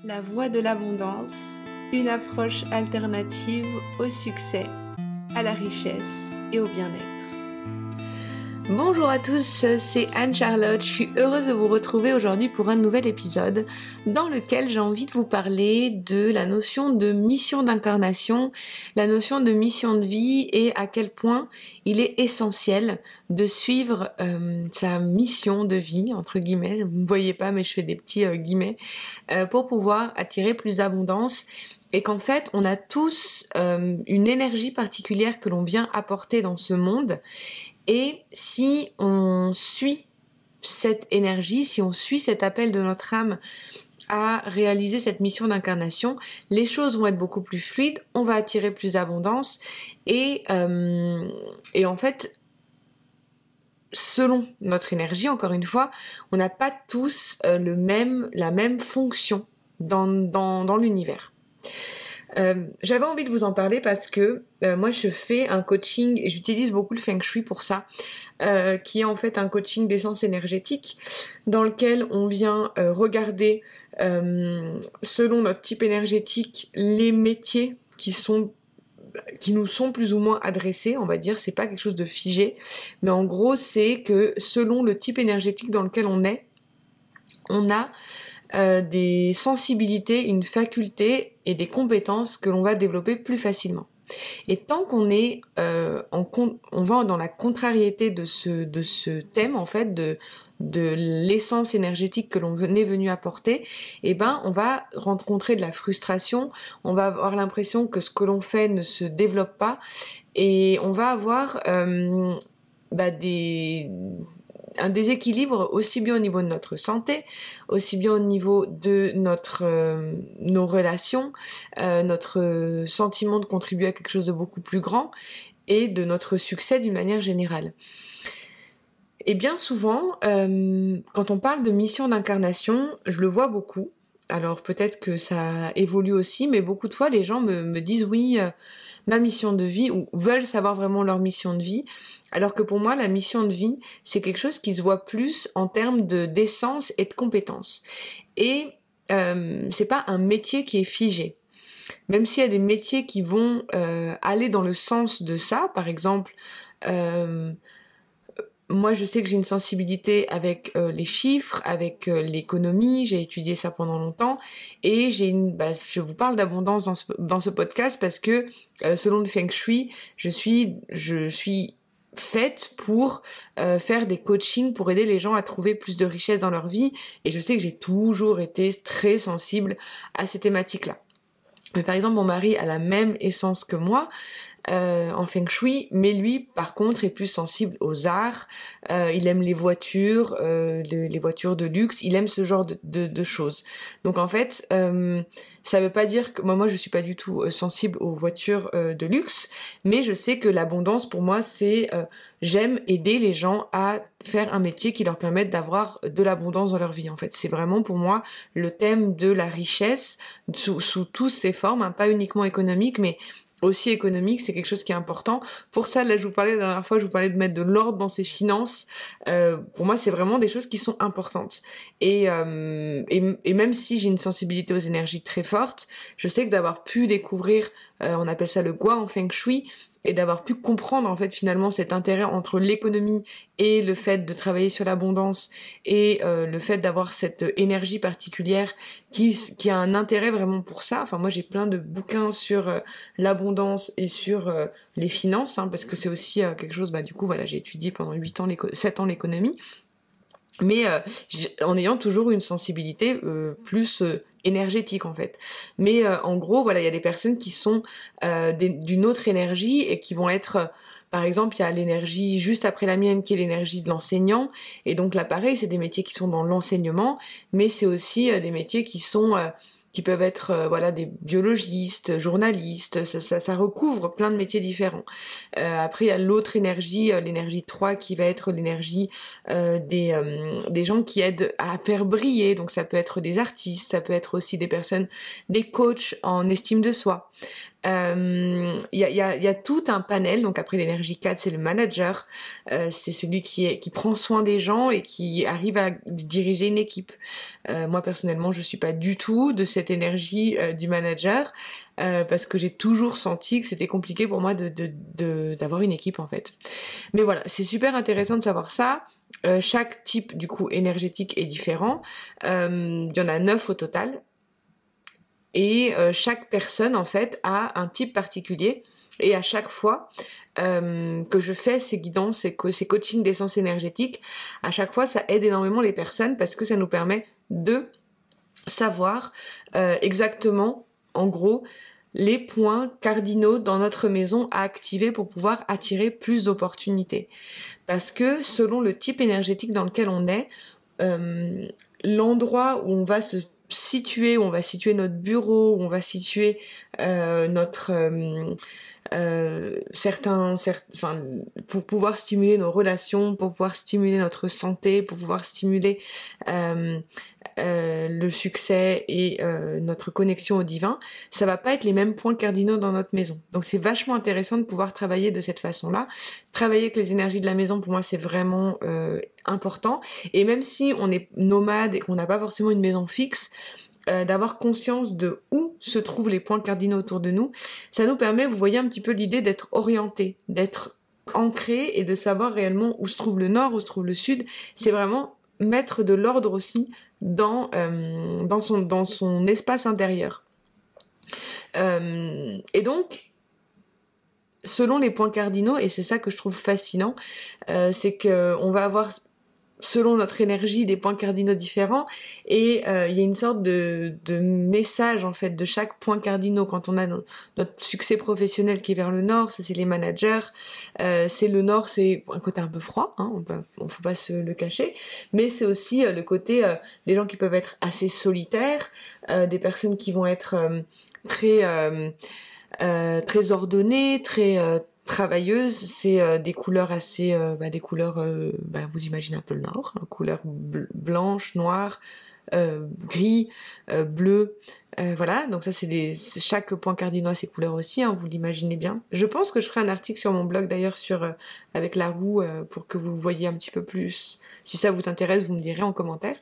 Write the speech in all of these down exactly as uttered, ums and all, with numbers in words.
La voie de l'abondance, une approche alternative au succès, à la richesse et au bien-être. Bonjour à tous, c'est Anne-Charlotte, je suis heureuse de vous retrouver aujourd'hui pour un nouvel épisode dans lequel j'ai envie de vous parler de la notion de mission d'incarnation, la notion de mission de vie et à quel point il est essentiel de suivre euh, sa mission de vie, entre guillemets, vous ne me voyez pas mais je fais des petits euh, guillemets, euh, pour pouvoir attirer plus d'abondance. Et qu'en fait, on a tous euh, une énergie particulière que l'on vient apporter dans ce monde. Et si on suit cette énergie, si on suit cet appel de notre âme à réaliser cette mission d'incarnation, les choses vont être beaucoup plus fluides, on va attirer plus d'abondance. Et, euh, et en fait, selon notre énergie, encore une fois, on n'a pas tous euh, le même, la même fonction dans, dans, dans l'univers. Euh, j'avais envie de vous en parler parce que euh, moi je fais un coaching et j'utilise beaucoup le Feng Shui pour ça, euh, qui est en fait un coaching d'essence énergétique dans lequel on vient euh, regarder euh, selon notre type énergétique les métiers qui sont qui nous sont plus ou moins adressés, on va dire, c'est pas quelque chose de figé, mais en gros c'est que selon le type énergétique dans lequel on est, on a Euh, des sensibilités, une faculté et des compétences que l'on va développer plus facilement. Et tant qu'on est euh, en con- on va dans la contrariété de ce de ce thème en fait de de l'essence énergétique que l'on est venu apporter, eh ben on va rencontrer de la frustration, on va avoir l'impression que ce que l'on fait ne se développe pas et on va avoir euh, bah, des un déséquilibre aussi bien au niveau de notre santé, aussi bien au niveau de notre euh, nos relations, euh, notre sentiment de contribuer à quelque chose de beaucoup plus grand et de notre succès d'une manière générale. Et bien souvent, euh, quand on parle de mission d'incarnation, je le vois beaucoup. Alors peut-être que ça évolue aussi, mais beaucoup de fois les gens me, me disent oui, euh, ma mission de vie, ou veulent savoir vraiment leur mission de vie, alors que pour moi la mission de vie c'est quelque chose qui se voit plus en termes de d'essence et de compétences. Et euh, c'est pas un métier qui est figé. Même s'il y a des métiers qui vont euh, aller dans le sens de ça, par exemple. Euh, Moi, je sais que j'ai une sensibilité avec euh, les chiffres, avec euh, l'économie. J'ai étudié ça pendant longtemps, et j'ai une. Bah, je vous parle d'abondance dans ce, dans ce podcast parce que, euh, selon le Feng Shui, je suis, je suis faite pour euh, faire des coachings pour aider les gens à trouver plus de richesse dans leur vie. Et je sais que j'ai toujours été très sensible à ces thématiques-là. Mais par exemple, mon mari a la même essence que moi. Euh, en Feng Shui, mais lui, par contre, est plus sensible aux arts. Euh, il aime les voitures, euh, le, les voitures de luxe. Il aime ce genre de, de, de choses. Donc en fait, euh, ça veut pas dire que moi, moi, je suis pas du tout euh, sensible aux voitures euh, de luxe, mais je sais que l'abondance pour moi, c'est euh, j'aime aider les gens à faire un métier qui leur permette d'avoir de l'abondance dans leur vie. En fait, c'est vraiment pour moi le thème de la richesse sous, sous toutes ses formes, hein, pas uniquement économique, mais aussi économique, c'est quelque chose qui est important. Pour ça, là, je vous parlais la dernière fois, je vous parlais de mettre de l'ordre dans ses finances. Euh, pour moi, c'est vraiment des choses qui sont importantes. Et, euh, et, et même si j'ai une sensibilité aux énergies très forte, je sais que d'avoir pu découvrir, euh, on appelle ça le Gua en Feng Shui, et d'avoir pu comprendre en fait finalement cet intérêt entre l'économie et le fait de travailler sur l'abondance et euh, le fait d'avoir cette énergie particulière qui qui a un intérêt vraiment pour ça. Enfin moi j'ai plein de bouquins sur euh, l'abondance et sur euh, les finances, hein, parce que c'est aussi euh, quelque chose, bah du coup voilà, j'ai étudié pendant huit ans sept ans l'économie. Mais euh, en ayant toujours une sensibilité euh, plus euh, énergétique en fait. Mais euh, en gros, voilà, il y a des personnes qui sont euh, des, d'une autre énergie et qui vont être, euh, par exemple, il y a l'énergie juste après la mienne qui est l'énergie de l'enseignant. Et donc là, pareil, c'est des métiers qui sont dans l'enseignement, mais c'est aussi euh, des métiers qui sont euh, qui peuvent être euh, voilà des biologistes, journalistes, ça, ça, ça recouvre plein de métiers différents. Euh, après il y a l'autre énergie, euh, l'énergie trois qui va être l'énergie euh, des euh, des gens qui aident à faire briller, donc ça peut être des artistes, ça peut être aussi des personnes, des coachs en estime de soi. Euh, Il y, a, il y, a, il y a tout un panel. Donc après l'énergie quatre, c'est le manager, euh, c'est celui qui, est, qui prend soin des gens et qui arrive à diriger une équipe. Euh, moi personnellement, je suis pas du tout de cette énergie euh, du manager euh, parce que j'ai toujours senti que c'était compliqué pour moi de, de, de, d'avoir une équipe en fait. Mais voilà, c'est super intéressant de savoir ça. Euh, chaque type du coup énergétique est différent. Euh, il y en a neuf au total. Et euh, chaque personne en fait a un type particulier et à chaque fois euh, que je fais ces guidances et que ces coachings d'essence énergétique, à chaque fois ça aide énormément les personnes parce que ça nous permet de savoir euh, exactement en gros les points cardinaux dans notre maison à activer pour pouvoir attirer plus d'opportunités. Parce que selon le type énergétique dans lequel on est, euh, l'endroit où on va se situer, où on va situer notre bureau, où on va situer euh, notre euh, euh, certains, certains, enfin, pour pouvoir stimuler nos relations, pour pouvoir stimuler notre santé, pour pouvoir stimuler euh, euh, le succès et euh, notre connexion au divin, ça va pas être les mêmes points cardinaux dans notre maison. Donc c'est vachement intéressant de pouvoir travailler de cette façon-là. Travailler avec les énergies de la maison, pour moi, c'est vraiment euh, important. Et même si on est nomade et qu'on n'a pas forcément une maison fixe, euh, d'avoir conscience de où se trouvent les points cardinaux autour de nous, ça nous permet, vous voyez un petit peu l'idée d'être orienté, d'être ancré et de savoir réellement où se trouve le nord, où se trouve le sud. C'est vraiment mettre de l'ordre aussi dans euh, dans son dans son espace intérieur. Euh, et donc selon les points cardinaux, et c'est ça que je trouve fascinant, euh, c'est que on va avoir selon notre énergie des points cardinaux différents et euh, il y a une sorte de, de message en fait de chaque point cardinaux. Quand on a no- notre succès professionnel qui est vers le nord, ça c'est les managers, euh, c'est le nord, c'est un côté un peu froid, hein, on peut, on faut pas se le cacher, mais c'est aussi euh, le côté euh, des gens qui peuvent être assez solitaires, euh, des personnes qui vont être euh, très euh, euh, très ordonnées, très euh, travailleuses. C'est euh, des couleurs assez, euh, bah, des couleurs, euh, bah, vous imaginez un peu le nord, hein, couleurs bl- blanches, noires, euh, gris, euh, bleu, euh, voilà. Donc ça c'est des, c'est chaque point cardinal a ses couleurs aussi, hein, vous l'imaginez bien. Je pense que je ferai un article sur mon blog d'ailleurs sur euh, avec la roue euh, pour que vous voyez un petit peu plus. Si ça vous intéresse, vous me direz en commentaire.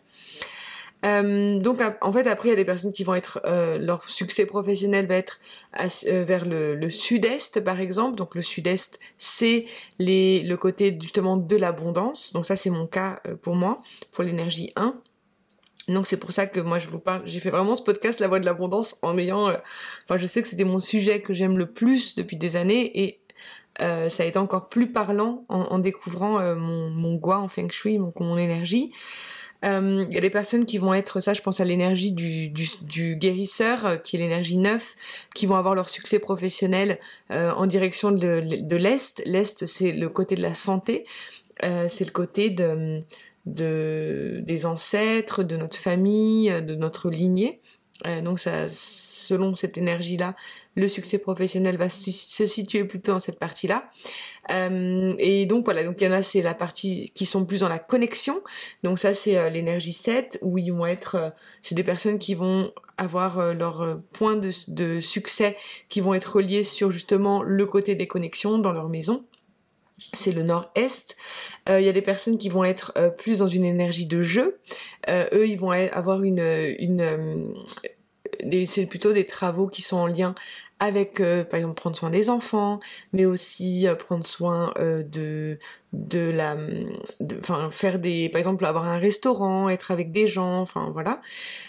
Euh, donc en fait après il y a des personnes qui vont être euh, leur succès professionnel va être à, euh, vers le, le sud-est par exemple. Donc le sud-est c'est les le côté justement de l'abondance. Donc ça c'est mon cas euh, pour moi pour l'énergie un. Donc c'est pour ça que moi je vous parle, j'ai fait vraiment ce podcast La Voix de l'Abondance en ayant euh, enfin je sais que c'était mon sujet que j'aime le plus depuis des années et euh, ça a été encore plus parlant en, en découvrant euh, mon, mon gua en feng shui, donc mon énergie. Il euh, y a des personnes qui vont être, ça je pense à l'énergie du, du, du guérisseur, euh, qui est l'énergie neuf, qui vont avoir leur succès professionnel euh, en direction de, de l'Est. L'Est c'est le côté de la santé, euh, c'est le côté de, de des ancêtres, de notre famille, de notre lignée. Euh, donc ça, selon cette énergie-là, le succès professionnel va se situer plutôt dans cette partie-là. Euh, et donc voilà, donc il y en a, c'est la partie qui sont plus dans la connexion. Donc ça c'est euh, l'énergie sept où ils vont être, euh, c'est des personnes qui vont avoir euh, leur euh, point de, de succès qui vont être reliés sur justement le côté des connexions dans leur maison. C'est le nord-est. Il euh, y a des personnes qui vont être euh, plus dans une énergie de jeu. Euh, eux, ils vont avoir une, une, euh, des, c'est plutôt des travaux qui sont en lien avec, euh, par exemple, prendre soin des enfants, mais aussi euh, prendre soin euh, de de la, enfin faire des, par exemple, avoir un restaurant, être avec des gens, enfin voilà.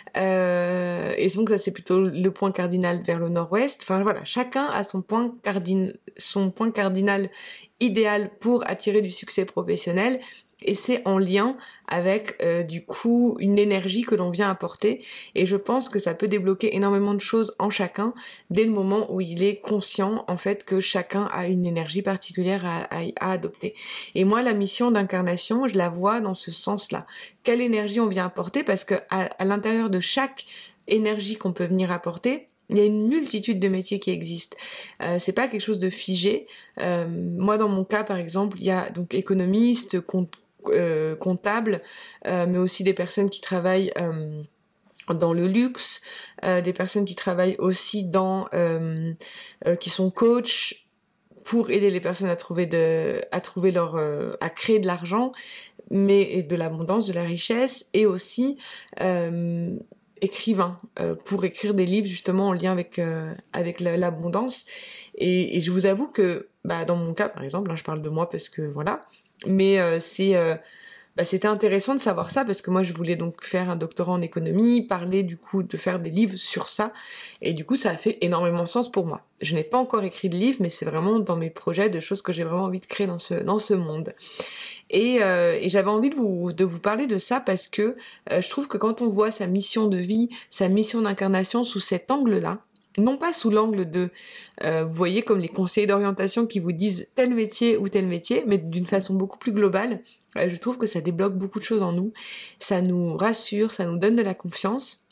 Euh, et donc ça c'est plutôt le point cardinal vers le nord-ouest. Enfin voilà, chacun a son point cardinal, son point cardinal idéal pour attirer du succès professionnel. Et c'est en lien avec euh, du coup une énergie que l'on vient apporter. Et je pense que ça peut débloquer énormément de choses en chacun dès le moment où il est conscient en fait que chacun a une énergie particulière à, à, à adopter. Et moi la mission d'incarnation, je la vois dans ce sens-là. Quelle énergie on vient apporter, parce que à, à l'intérieur de chaque énergie qu'on peut venir apporter, il y a une multitude de métiers qui existent. Euh, c'est pas quelque chose de figé. Euh, moi, dans mon cas, par exemple, il y a donc économiste, compte, euh, comptable, euh, mais aussi des personnes qui travaillent euh, dans le luxe, euh, des personnes qui travaillent aussi dans, euh, euh, qui sont coachs pour aider les personnes à trouver de, à trouver leur, euh, à créer de l'argent, mais et de l'abondance, de la richesse, et aussi euh, écrivains euh, pour écrire des livres justement en lien avec euh, avec la, l'abondance. Et, et je vous avoue que bah dans mon cas par exemple, hein, je parle de moi parce que voilà, mais euh, c'est euh, bah, c'était intéressant de savoir ça parce que moi je voulais donc faire un doctorat en économie, parler du coup de faire des livres sur ça, et du coup ça a fait énormément de sens pour moi. Je n'ai pas encore écrit de livre, mais c'est vraiment dans mes projets de choses que j'ai vraiment envie de créer dans ce dans ce monde. Et, euh, et j'avais envie de vous de vous parler de ça parce que euh, je trouve que quand on voit sa mission de vie, sa mission d'incarnation sous cet angle-là, non pas sous l'angle de, euh, vous voyez, comme les conseillers d'orientation qui vous disent tel métier ou tel métier, mais d'une façon beaucoup plus globale, euh, je trouve que ça débloque beaucoup de choses en nous, ça nous rassure, ça nous donne de la confiance.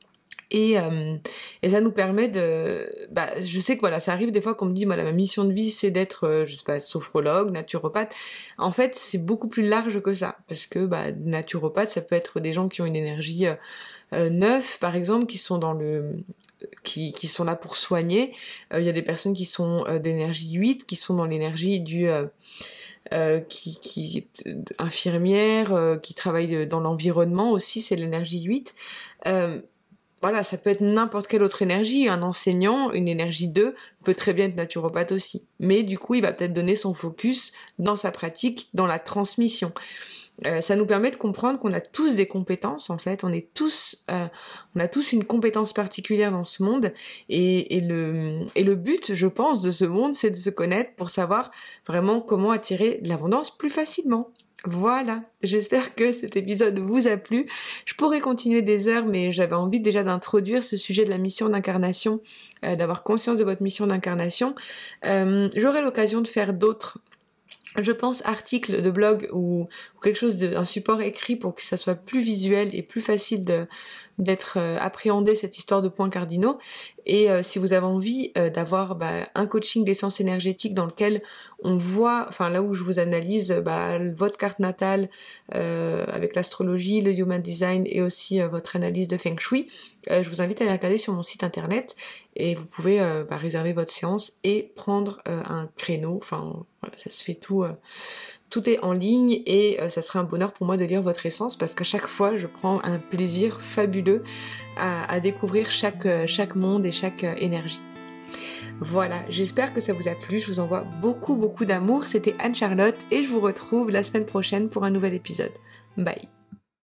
Et, euh, et ça nous permet de... Bah, je sais que voilà, ça arrive des fois qu'on me dit, voilà, ma mission de vie, c'est d'être, euh, je sais pas, sophrologue, naturopathe. En fait, c'est beaucoup plus large que ça. Parce que bah, naturopathe, ça peut être des gens qui ont une énergie euh, euh, neuve, par exemple, qui sont dans le... Qui, qui sont là pour soigner. Il euh, y a des personnes qui sont euh, d'énergie huit, qui sont dans l'énergie du... Euh, Euh, qui, qui infirmière, euh, qui travaille dans l'environnement aussi, c'est l'énergie huit. Euh, voilà, ça peut être n'importe quelle autre énergie. Un enseignant, une énergie deux, peut très bien être naturopathe aussi. Mais du coup, il va peut-être donner son focus dans sa pratique, dans la transmission. Euh, ça nous permet de comprendre qu'on a tous des compétences, en fait. On est tous, euh, on a tous une compétence particulière dans ce monde. Et, et le, et le but, je pense, de ce monde, c'est de se connaître pour savoir vraiment comment attirer de l'abondance plus facilement. Voilà, j'espère que cet épisode vous a plu. Je pourrais continuer des heures, mais j'avais envie déjà d'introduire ce sujet de la mission d'incarnation, euh, d'avoir conscience de votre mission d'incarnation. Euh, j'aurai l'occasion de faire d'autres, je pense, articles de blog ou, ou quelque chose de, un support écrit pour que ça soit plus visuel et plus facile de, d'être euh, appréhendé, cette histoire de points cardinaux. Et euh, si vous avez envie euh, d'avoir bah, un coaching d'essence énergétique dans lequel on voit, enfin là où je vous analyse bah, votre carte natale euh, avec l'astrologie, le human design et aussi euh, votre analyse de feng shui, euh, je vous invite à aller regarder sur mon site internet et vous pouvez euh, bah, réserver votre séance et prendre euh, un créneau. Enfin voilà, ça se fait tout. Euh, Tout est en ligne et euh, ça serait un bonheur pour moi de lire votre essence parce qu'à chaque fois je prends un plaisir fabuleux à, à découvrir chaque, euh, chaque monde et chaque euh, énergie. Voilà, j'espère que ça vous a plu, je vous envoie beaucoup beaucoup d'amour, c'était Anne-Charlotte et je vous retrouve la semaine prochaine pour un nouvel épisode. Bye.